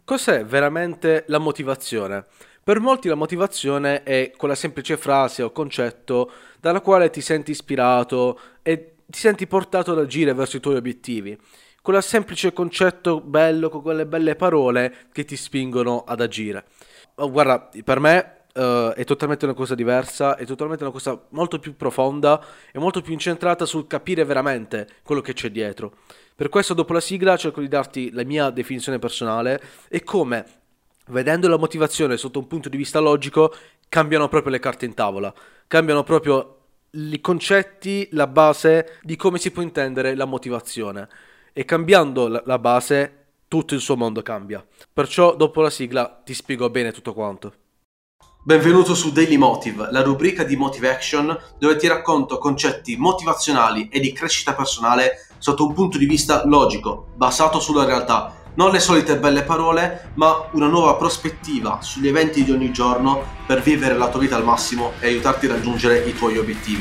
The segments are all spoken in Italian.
Cos'è veramente la motivazione? Per molti la motivazione è quella semplice frase o concetto dalla quale ti senti ispirato e ti senti portato ad agire verso i tuoi obiettivi. Quel semplice concetto bello con quelle belle parole che ti spingono ad agire. Oh, guarda, per me è totalmente una cosa diversa, è totalmente una cosa molto più profonda e molto più incentrata sul capire veramente quello che c'è dietro. Per questo dopo la sigla cerco di darti la mia definizione personale e come, vedendo la motivazione sotto un punto di vista logico, cambiano proprio le carte in tavola, cambiano proprio i concetti, la base di come si può intendere la motivazione. E cambiando la base, tutto il suo mondo cambia. Perciò dopo la sigla ti spiego bene tutto quanto. Benvenuto su Daily Motive, la rubrica di Motive Action dove ti racconto concetti motivazionali e di crescita personale sotto un punto di vista logico, basato sulla realtà. Non le solite belle parole, ma una nuova prospettiva sugli eventi di ogni giorno per vivere la tua vita al massimo e aiutarti a raggiungere i tuoi obiettivi.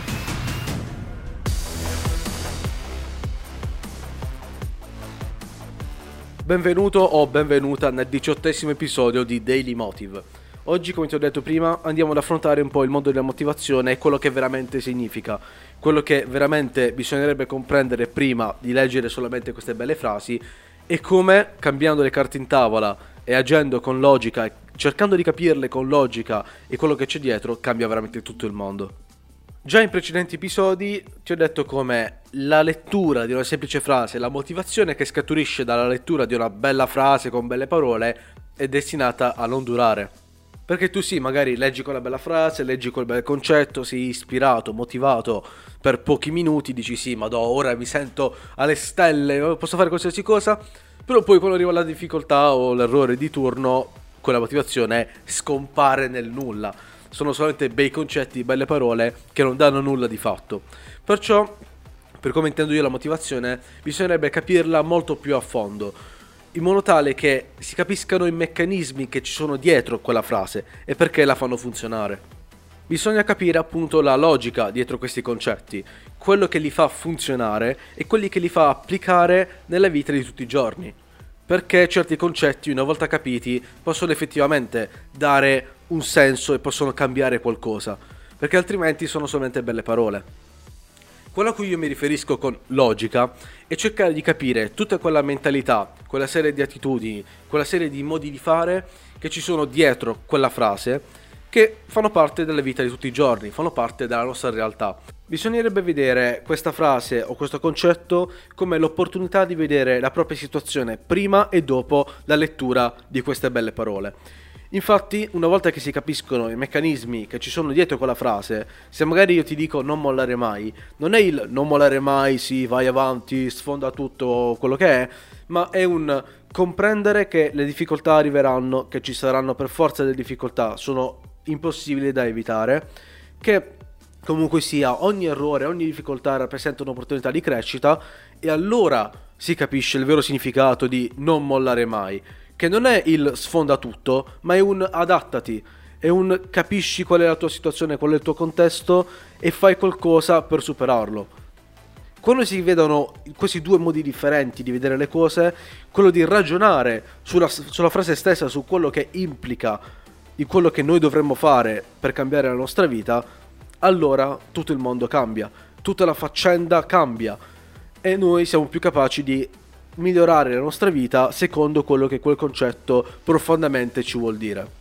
Benvenuto o benvenuta nel 18° episodio di Daily Motive. Oggi, come ti ho detto prima, andiamo ad affrontare un po' il mondo della motivazione e quello che veramente significa, quello che veramente bisognerebbe comprendere prima di leggere solamente queste belle frasi e come, cambiando le carte in tavola e agendo con logica e cercando di capirle con logica e quello che c'è dietro, cambia veramente tutto il mondo. Già in precedenti episodi ti ho detto come la lettura di una semplice frase, la motivazione che scaturisce dalla lettura di una bella frase con belle parole è destinata a non durare. Perché tu sì, magari leggi quella bella frase, leggi quel bel concetto, sei ispirato, motivato per pochi minuti, dici sì, madò, ora mi sento alle stelle, posso fare qualsiasi cosa, però poi quando arriva la difficoltà o l'errore di turno, quella motivazione scompare nel nulla. Sono solamente bei concetti, belle parole che non danno nulla di fatto. Perciò, per come intendo io la motivazione, bisognerebbe capirla molto più a fondo, in modo tale che si capiscano i meccanismi che ci sono dietro quella frase e perché la fanno funzionare. Bisogna capire appunto la logica dietro questi concetti, quello che li fa funzionare e quelli che li fa applicare nella vita di tutti i giorni. Perché certi concetti, una volta capiti, possono effettivamente dare un senso e possono cambiare qualcosa, perché altrimenti sono solamente belle parole. Quello a cui io mi riferisco con logica è cercare di capire tutta quella mentalità, quella serie di attitudini, quella serie di modi di fare che ci sono dietro quella frase, che fanno parte della vita di tutti i giorni, fanno parte della nostra realtà. Bisognerebbe vedere questa frase o questo concetto come l'opportunità di vedere la propria situazione prima e dopo la lettura di queste belle parole. Infatti, una volta che si capiscono i meccanismi che ci sono dietro quella frase, se magari io ti dico non mollare mai, non è il non mollare mai, sì, vai avanti, sfonda tutto quello che è, ma è un comprendere che le difficoltà arriveranno, che ci saranno per forza delle difficoltà, sono impossibili da evitare, che comunque sia ogni errore, ogni difficoltà rappresenta un'opportunità di crescita e allora si capisce il vero significato di non mollare mai, che non è il sfonda tutto, ma è un adattati, è un capisci qual è la tua situazione, qual è il tuo contesto e fai qualcosa per superarlo. Quando si vedono questi due modi differenti di vedere le cose, quello di ragionare sulla frase stessa, su quello che implica, di quello che noi dovremmo fare per cambiare la nostra vita, allora tutto il mondo cambia, tutta la faccenda cambia e noi siamo più capaci di migliorare la nostra vita secondo quello che quel concetto profondamente ci vuol dire.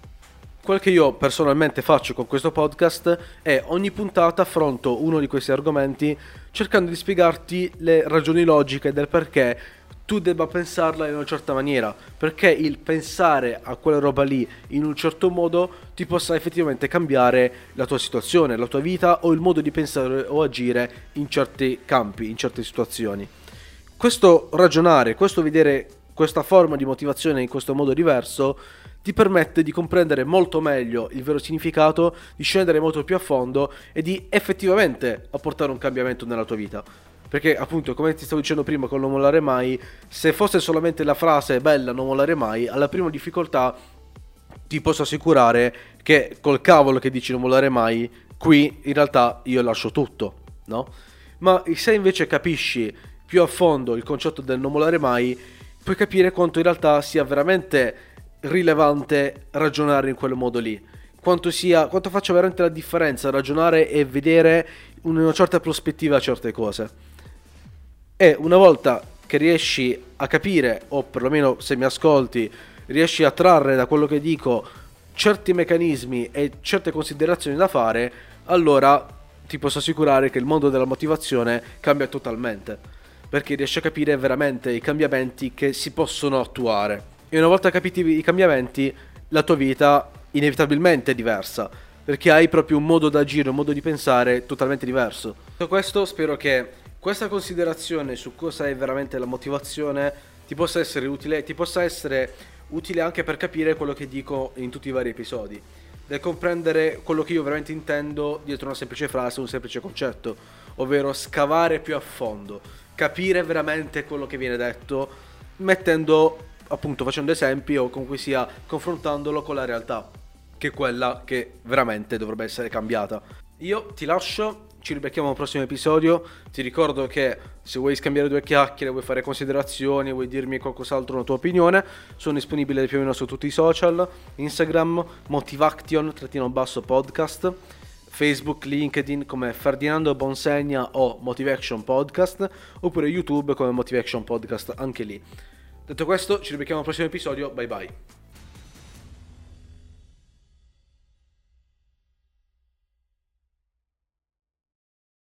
Quel che io personalmente faccio con questo podcast è ogni puntata affronto uno di questi argomenti cercando di spiegarti le ragioni logiche del perché tu debba pensarla in una certa maniera, perché il pensare a quella roba lì in un certo modo ti possa effettivamente cambiare la tua situazione, la tua vita o il modo di pensare o agire in certi campi, in certe situazioni. Questo ragionare, questo vedere questa forma di motivazione in questo modo diverso ti permette di comprendere molto meglio il vero significato, di scendere molto più a fondo e di effettivamente apportare un cambiamento nella tua vita. Perché appunto, come ti stavo dicendo prima con non mollare mai, se fosse solamente la frase bella non mollare mai, alla prima difficoltà ti posso assicurare che col cavolo che dici non mollare mai, qui in realtà io lascio tutto, no? Ma se invece capisci più a fondo il concetto del non mollare mai, puoi capire quanto in realtà sia veramente rilevante ragionare in quel modo lì, quanto faccia veramente la differenza ragionare e vedere in una certa prospettiva certe cose. E una volta che riesci a capire, o perlomeno se mi ascolti, riesci a trarre da quello che dico certi meccanismi e certe considerazioni da fare, allora ti posso assicurare che il mondo della motivazione cambia totalmente, perché riesci a capire veramente i cambiamenti che si possono attuare. E una volta capiti i cambiamenti, la tua vita inevitabilmente è diversa, perché hai proprio un modo d'agire, un modo di pensare totalmente diverso. Detto questo, spero che questa considerazione su cosa è veramente la motivazione ti possa essere utile anche per capire quello che dico in tutti i vari episodi, del comprendere quello che io veramente intendo dietro una semplice frase, un semplice concetto, ovvero scavare più a fondo, capire veramente quello che viene detto, facendo esempi o comunque sia confrontandolo con la realtà, che è quella che veramente dovrebbe essere cambiata. Io ti lascio, ci ribecchiamo al prossimo episodio. Ti ricordo che se vuoi scambiare due chiacchiere, vuoi fare considerazioni, vuoi dirmi qualcos'altro, una tua opinione, sono disponibile più o meno su tutti i social: Instagram motivaction_podcast, Facebook, LinkedIn come Ferdinando Bonsegna o Motivation Podcast, oppure YouTube come Motivation Podcast anche lì. Detto questo, ci ribecchiamo al prossimo episodio, bye bye.